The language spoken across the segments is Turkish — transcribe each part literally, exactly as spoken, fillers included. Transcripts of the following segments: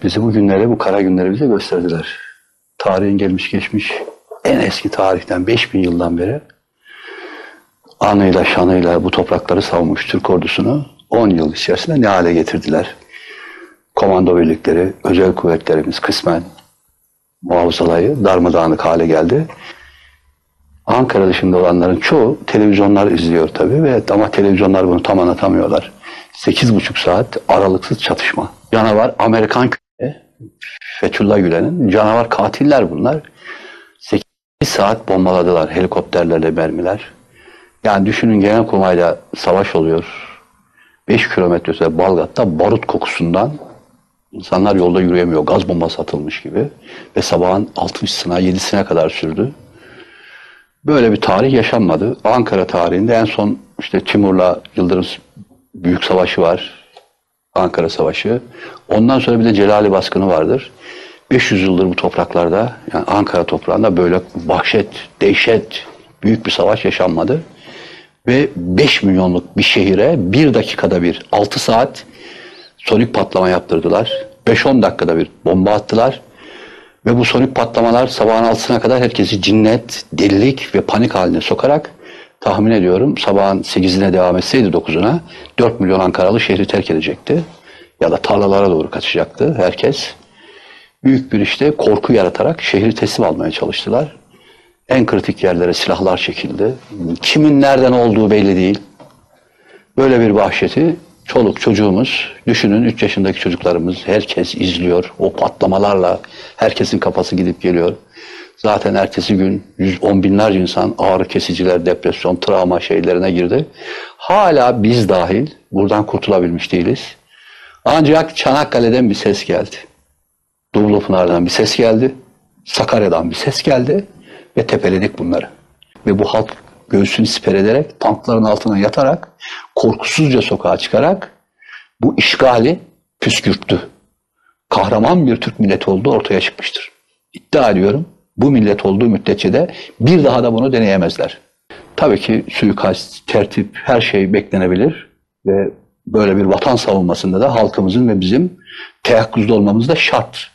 Bizi bu günleri, bu kara günleri bize gösterdiler. Tarihin gelmiş geçmiş en eski tarihten beş bin yıldan beri anıyla şanıyla bu toprakları savunmuş Türk ordusunu on yıl içerisinde ne hale getirdiler. Komando birlikleri, özel kuvvetlerimiz kısmen muhafazalayı darmadağınık hale geldi. Ankara dışında olanların çoğu televizyonlar izliyor tabii ve ama televizyonlar bunu tam anlatamıyorlar. sekiz buçuk saat aralıksız çatışma. Canavar Amerikan köleği, Fethullah Gülen'in canavar katiller bunlar. sekiz saat bombaladılar helikopterlerle mermiler. Yani düşünün Genelkurmay'la savaş oluyor. beş kilometre öte Balgat'ta barut kokusundan insanlar yolda yürüyemiyor. Gaz bombası atılmış gibi. Ve sabahın altısına yedisine kadar sürdü. Böyle bir tarih yaşanmadı. Ankara tarihinde en son işte Timur'la Yıldırım Büyük Savaşı var. Ankara Savaşı. Ondan sonra bir de Celali Baskını vardır. beş yüz yıldır bu topraklarda, yani Ankara toprağında böyle vahşet, dehşet, büyük bir savaş yaşanmadı. Ve beş milyonluk bir şehire bir dakikada bir, altı saat sonik patlama yaptırdılar. beş on dakikada bir bomba attılar. Ve bu sonik patlamalar sabahın altısına kadar herkesi cinnet, delilik ve panik haline sokarak tahmin ediyorum sabahın sekizine devam etseydi dokuzuna dört milyon Ankaralı şehri terk edecekti. Ya da tarlalara doğru kaçacaktı herkes. Büyük bir işte korku yaratarak şehri teslim almaya çalıştılar. En kritik yerlere silahlar çekildi. Kimin nereden olduğu belli değil. Böyle bir vahşeti çoluk çocuğumuz, düşünün üç yaşındaki çocuklarımız, herkes izliyor. O patlamalarla herkesin kafası gidip geliyor. Zaten ertesi gün yüz on binlerce insan ağrı kesiciler, depresyon, travma şeylerine girdi. Hala biz dahil buradan kurtulabilmiş değiliz. Ancak Çanakkale'den bir ses geldi. Dumlupınar'dan bir ses geldi. Sakarya'dan bir ses geldi. Ve tepeledik bunları. Ve bu halk göğsünü siper ederek, tankların altına yatarak, korkusuzca sokağa çıkarak bu işgali püskürttü. Kahraman bir Türk milleti olduğu ortaya çıkmıştır. İddia ediyorum, bu millet olduğu müddetçe de bir daha da bunu deneyemezler. Tabii ki suikast, tertip, her şey beklenebilir ve böyle bir vatan savunmasında da halkımızın ve bizim teyakkuzda olmamız da şart.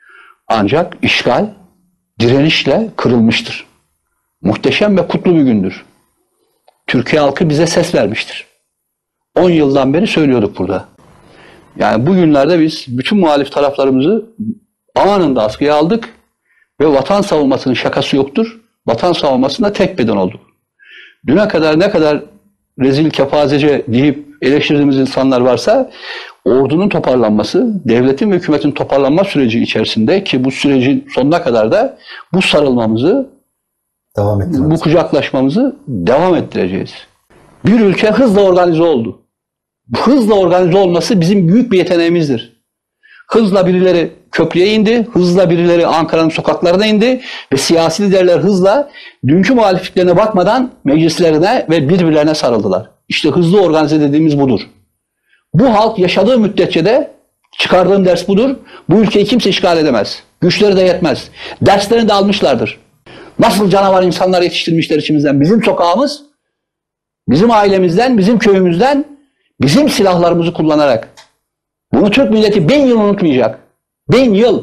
Ancak işgal direnişle kırılmıştır. Muhteşem ve kutlu bir gündür. Türkiye halkı bize ses vermiştir. on yıldan beri söylüyorduk burada. Yani bugünlerde biz bütün muhalif taraflarımızı anında askıya aldık ve vatan savunmasının şakası yoktur. Vatan savunmasında tek beden olduk. Düne kadar ne kadar rezil, kepazece deyip eleştirdiğimiz insanlar varsa ordunun toparlanması, devletin ve hükümetin toparlanma süreci içerisinde ki bu sürecin sonuna kadar da bu sarılmamızı, devam bu kucaklaşmamızı devam ettireceğiz. Bir ülke hızla organize oldu. Bu hızla organize olması bizim büyük bir yeteneğimizdir. Hızla birileri köprüye indi, hızla birileri Ankara'nın sokaklarına indi ve siyasi liderler hızla dünkü muhalifliklerine bakmadan meclislerine ve birbirlerine sarıldılar. İşte hızlı organize dediğimiz budur. Bu halk yaşadığı müddetçe de çıkardığım ders budur. Bu ülkeyi kimse işgal edemez. Güçleri de yetmez. Derslerini de almışlardır. Nasıl canavar insanlar yetiştirmişler içimizden. Bizim sokağımız, bizim ailemizden, bizim köyümüzden, bizim silahlarımızı kullanarak. Bunu Türk milleti bin yıl unutmayacak. Bin yıl.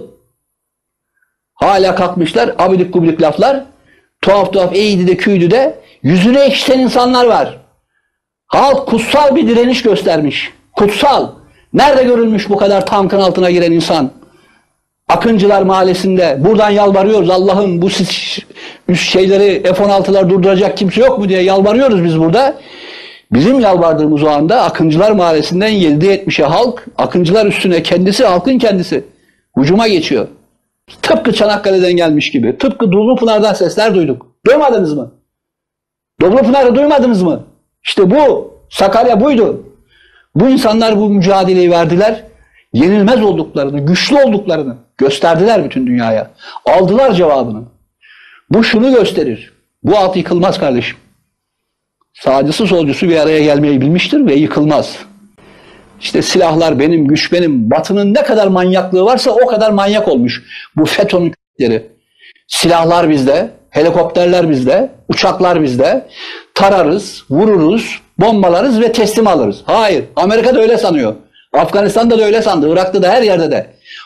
Hala kalkmışlar abidik gubidik laflar. Tuhaf tuhaf eğdi de küydü de yüzüne ekşiten insanlar var. Halk kutsal bir direniş göstermiş. Kutsal. Nerede görülmüş bu kadar tankın altına giren insan? Akıncılar Mahallesi'nde buradan yalvarıyoruz. Allah'ım bu üst şeyleri F on altılar durduracak kimse yok mu diye yalvarıyoruz biz burada. Bizim yalvardığımız o anda Akıncılar Mahallesi'nden yedi yetmişe halk, Akıncılar üstüne kendisi, halkın kendisi hücuma geçiyor. Tıpkı Çanakkale'den gelmiş gibi. Tıpkı Dumlupınar'dan sesler duyduk. Duymadınız mı? Dumlupınar'ı duymadınız mı? İşte bu. Sakarya buydu. Bu insanlar bu mücadeleyi verdiler. Yenilmez olduklarını, güçlü olduklarını gösterdiler bütün dünyaya. Aldılar cevabını. Bu şunu gösterir. Bu alt yıkılmaz kardeşim. Sağcısı solcusu bir araya gelmeyi bilmiştir ve yıkılmaz. İşte silahlar benim, güç benim. Batı'nın ne kadar manyaklığı varsa o kadar manyak olmuş. Bu FETÖ'nün k***leri. Silahlar bizde, helikopterler bizde, uçaklar bizde. Tararız, vururuz, bombalarız ve teslim alırız. Hayır, Amerika da öyle sanıyor. Afganistan'da da öyle sandı, Irak'ta da her yerde de.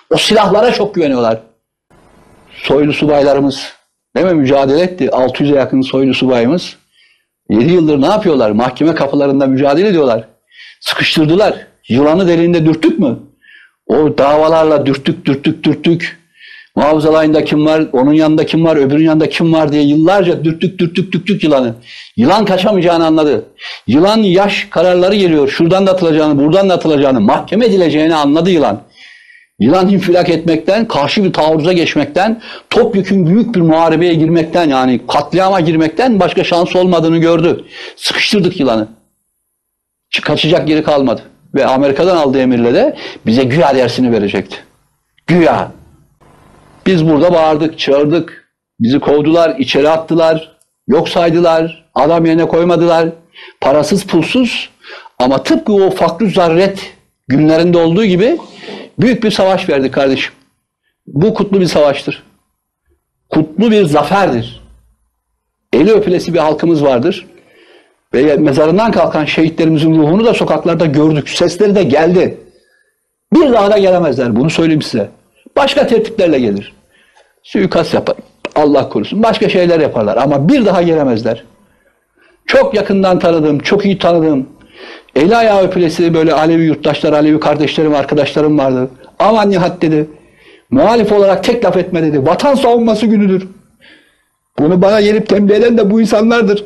O silahlara çok güveniyorlar. Soylu subaylarımız değil mi, mücadele etti. altı yüze yakın soylu subayımız. yedi yıldır ne yapıyorlar? Mahkeme kapılarında mücadele ediyorlar. Sıkıştırdılar. Yılanı deliğinde dürttük mü? O davalarla dürttük, dürttük, dürttük. Muhafızalayında kim var, onun yanında kim var, öbürünün yanında kim var diye yıllarca dürttük, dürttük, dürttük yılanı. Yılan kaçamayacağını anladı. Yılan yaş kararları geliyor. Şuradan da atılacağını, buradan da atılacağını, mahkeme edileceğini anladı yılan. Yılan infilak etmekten, karşı bir taarruza geçmekten, topyekün büyük bir muharebeye girmekten, yani katliama girmekten başka şans olmadığını gördü. Sıkıştırdık yılanı. Kaçacak yeri kalmadı. Ve Amerika'dan aldığı emirle de bize güya dersini verecekti. Güya. Biz burada bağırdık, çağırdık. Bizi kovdular, içeri attılar, yok saydılar, adam yerine koymadılar. Parasız pulsuz ama tıpkı o Fakr-ı Zarret günlerinde olduğu gibi büyük bir savaş verdik kardeşim. Bu kutlu bir savaştır. Kutlu bir zaferdir. Eli öpülesi bir halkımız vardır. Ve mezarından kalkan şehitlerimizin ruhunu da sokaklarda gördük. Sesleri de geldi. Bir daha da gelemezler. Bunu söyleyeyim size. Başka tertiplerle gelir. Suikast yapar. Allah korusun. Başka şeyler yaparlar. Ama bir daha gelemezler. Çok yakından tanıdım. Çok iyi tanıdım. Eli ayağı öpülesi böyle Alevi yurttaşlar, Alevi kardeşlerim, arkadaşlarım vardı. Aman Nihat dedi. Muhalif olarak tek laf etme dedi. Vatan savunması günüdür. Bunu bana gelip tembih eden de bu insanlardır.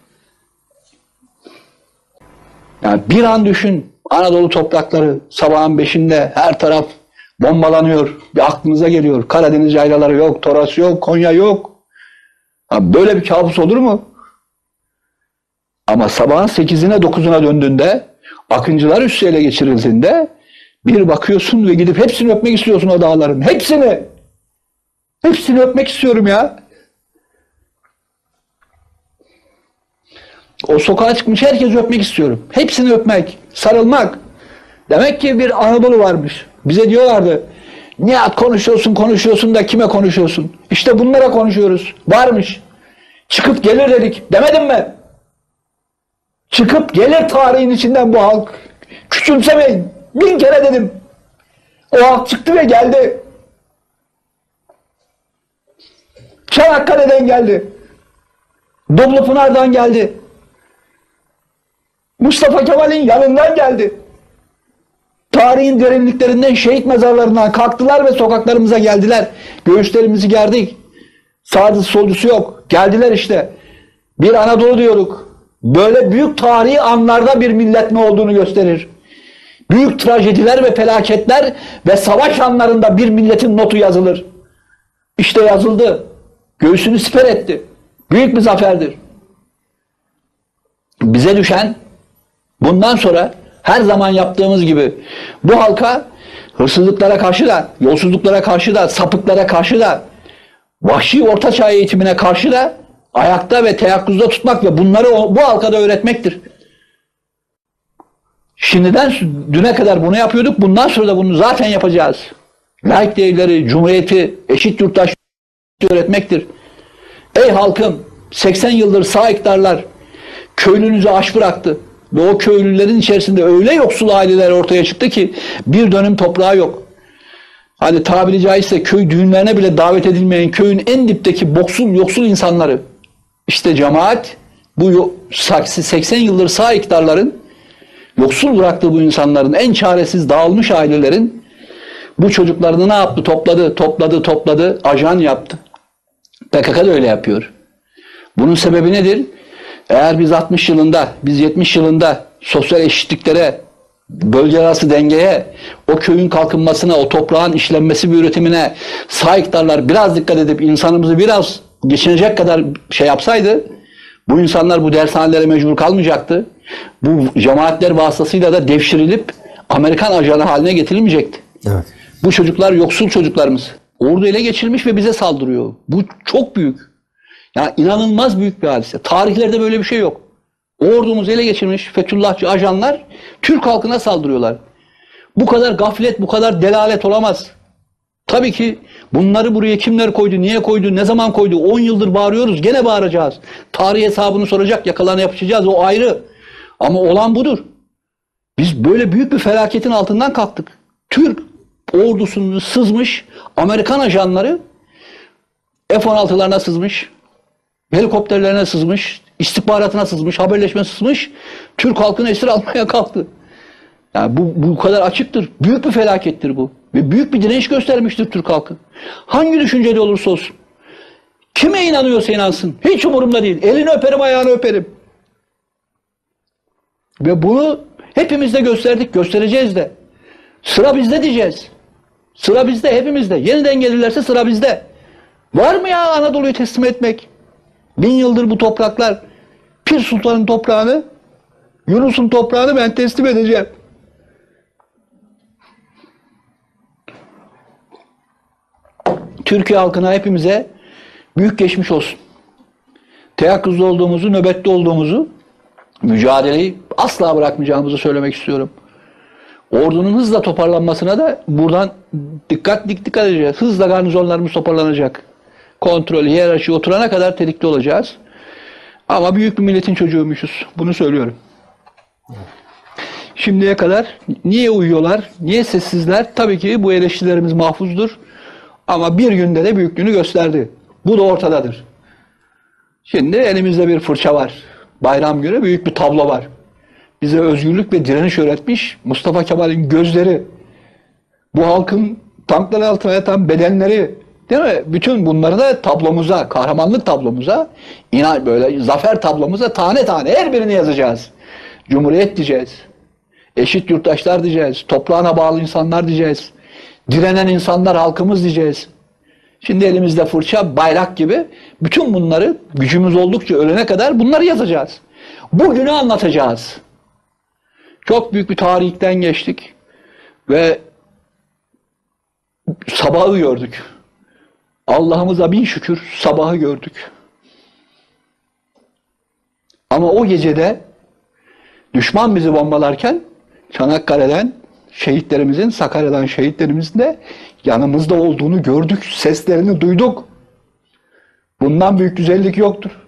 Yani bir an düşün, Anadolu toprakları sabahın beşinde her taraf bombalanıyor. Bir aklınıza geliyor. Karadeniz yaylaları yok, Toros yok, Konya yok. Ha, böyle bir kabus olur mu? Ama sabahın sekizine dokuzuna döndüğünde, Akıncılar üssü ele geçirildiğinde bir bakıyorsun ve gidip hepsini öpmek istiyorsun o dağların. Hepsini. Hepsini öpmek istiyorum ya. O sokağa çıkmış herkesi öpmek istiyorum. Hepsini öpmek, sarılmak. Demek ki bir Anadolu varmış. Bize diyorlardı, Nihat konuşuyorsun konuşuyorsun da kime konuşuyorsun? İşte bunlara konuşuyoruz. Varmış. Çıkıp gelir dedik. Demedim mi? Çıkıp gelir tarihin içinden bu halk. Küçümsemeyin. Bin kere dedim. O halk çıktı ve geldi. Çanakkale'den geldi. Dumlupınar'dan geldi. Mustafa Kemal'in yanından geldi. Tarihin derinliklerinden, şehit mezarlarından kalktılar ve sokaklarımıza geldiler. Göğüslerimizi gerdik. Sağcısı solcusu yok. Geldiler işte. Bir Anadolu diyorduk. Böyle büyük tarihi anlarda bir millet ne olduğunu gösterir. Büyük trajediler ve felaketler ve savaş anlarında bir milletin notu yazılır. İşte yazıldı. Göğsünü siper etti. Büyük bir zaferdir. Bize düşen bundan sonra her zaman yaptığımız gibi bu halka hırsızlıklara karşı da, yolsuzluklara karşı da, sapıklara karşı da, vahşi ortaçağ eğitimine karşı da ayakta ve teyakkuzda tutmak ve bunları bu halka da öğretmektir. Şimdiden düne kadar bunu yapıyorduk. Bundan sonra da bunu zaten yapacağız. Laik değerleri, cumhuriyeti, eşit yurttaşlığı öğretmektir. Ey halkım, seksen yıldır sağ iktidarlar köylünüzü aç bıraktı. Ve o köylülerin içerisinde öyle yoksul aileler ortaya çıktı ki bir dönüm toprağı yok. Hani tabiri caizse köy düğünlerine bile davet edilmeyen köyün en dipteki boksul, yoksul insanları. İşte cemaat bu seksen yıldır sağ iktidarların yoksul bıraktığı bu insanların, en çaresiz dağılmış ailelerin bu çocuklarını ne yaptı? Topladı, topladı, topladı, ajan yaptı. P K K da öyle yapıyor. Bunun sebebi nedir? Eğer biz altmış yılında, biz yetmiş yılında sosyal eşitliklere, bölge arası dengeye, o köyün kalkınmasına, o toprağın işlenmesi ve üretimine sağ iktidarlar biraz dikkat edip insanımızı biraz geçinecek kadar şey yapsaydı, bu insanlar bu dershanelere mecbur kalmayacaktı. Bu cemaatler vasıtasıyla da devşirilip Amerikan ajanı haline getirilmeyecekti. Evet. Bu çocuklar yoksul çocuklarımız. Ordu ele geçirmiş ve bize saldırıyor. Bu çok büyük. Yani inanılmaz büyük bir hadise. Tarihlerde böyle bir şey yok. Ordumuzu ele geçirmiş Fethullahçı ajanlar Türk halkına saldırıyorlar. Bu kadar gaflet, bu kadar delalet olamaz. Tabii ki bunları buraya kimler koydu, niye koydu, ne zaman koydu? on yıldır bağırıyoruz, gene bağıracağız. Tarih hesabını soracak, yakalarına yapışacağız, o ayrı. Ama olan budur. Biz böyle büyük bir felaketin altından kalktık. Türk ordusunu sızmış, Amerikan ajanları F on altılarına sızmış, helikopterlerine sızmış, istihbaratına sızmış, haberleşme sızmış, Türk halkını esir almaya kalktı. Yani bu, bu kadar açıktır. Büyük bir felakettir bu. Ve büyük bir direnç göstermiştir Türk halkı. Hangi düşüncede olursa olsun. Kime inanıyorsa inansın. Hiç umurumda değil. Elini öperim, ayağını öperim. Ve bunu hepimiz de gösterdik, göstereceğiz de. Sıra bizde diyeceğiz. Sıra bizde, hepimizde. Yeniden gelirlerse sıra bizde. Var mı ya Anadolu'yu teslim etmek? Bin yıldır bu topraklar, Pir Sultan'ın toprağını, Yunus'un toprağını ben teslim edeceğim. Türkiye halkına, hepimize büyük geçmiş olsun. Teyakkuzda olduğumuzu, nöbette olduğumuzu, mücadeleyi asla bırakmayacağımızı söylemek istiyorum. Ordunun hızla toparlanmasına da buradan dikkat dikkat edeceğiz. Hızla garnizonlarımız toparlanacak. Kontrol, hiyerarşi oturana kadar tetikte olacağız. Ama büyük bir milletin çocuğuymuşuz. Bunu söylüyorum. Şimdiye kadar niye uyuyorlar, niye sessizler? Tabii ki bu eleştirilerimiz mahfuzdur. Ama bir günde de büyüklüğünü gösterdi. Bu da ortadadır. Şimdi elimizde bir fırça var. Bayram günü büyük bir tablo var. Bize özgürlük ve direniş öğretmiş Mustafa Kemal'in gözleri, bu halkın tankların altına yatan bedenleri, değil mi? Bütün bunları da tablomuza, kahramanlık tablomuza, inan böyle zafer tablomuza tane tane her birini yazacağız. Cumhuriyet diyeceğiz. Eşit yurttaşlar diyeceğiz. Toprağına bağlı insanlar diyeceğiz. Direnen insanlar halkımız diyeceğiz. Şimdi elimizde fırça, bayrak gibi bütün bunları gücümüz oldukça ölene kadar bunları yazacağız. Bugünü anlatacağız. Çok büyük bir tarihten geçtik ve sabahı gördük. Allah'ımıza bin şükür sabahı gördük. Ama o gecede düşman bizi bombalarken Çanakkale'den şehitlerimizin, Sakarya'dan şehitlerimizin de yanımızda olduğunu gördük, seslerini duyduk. Bundan büyük güzellik yoktur.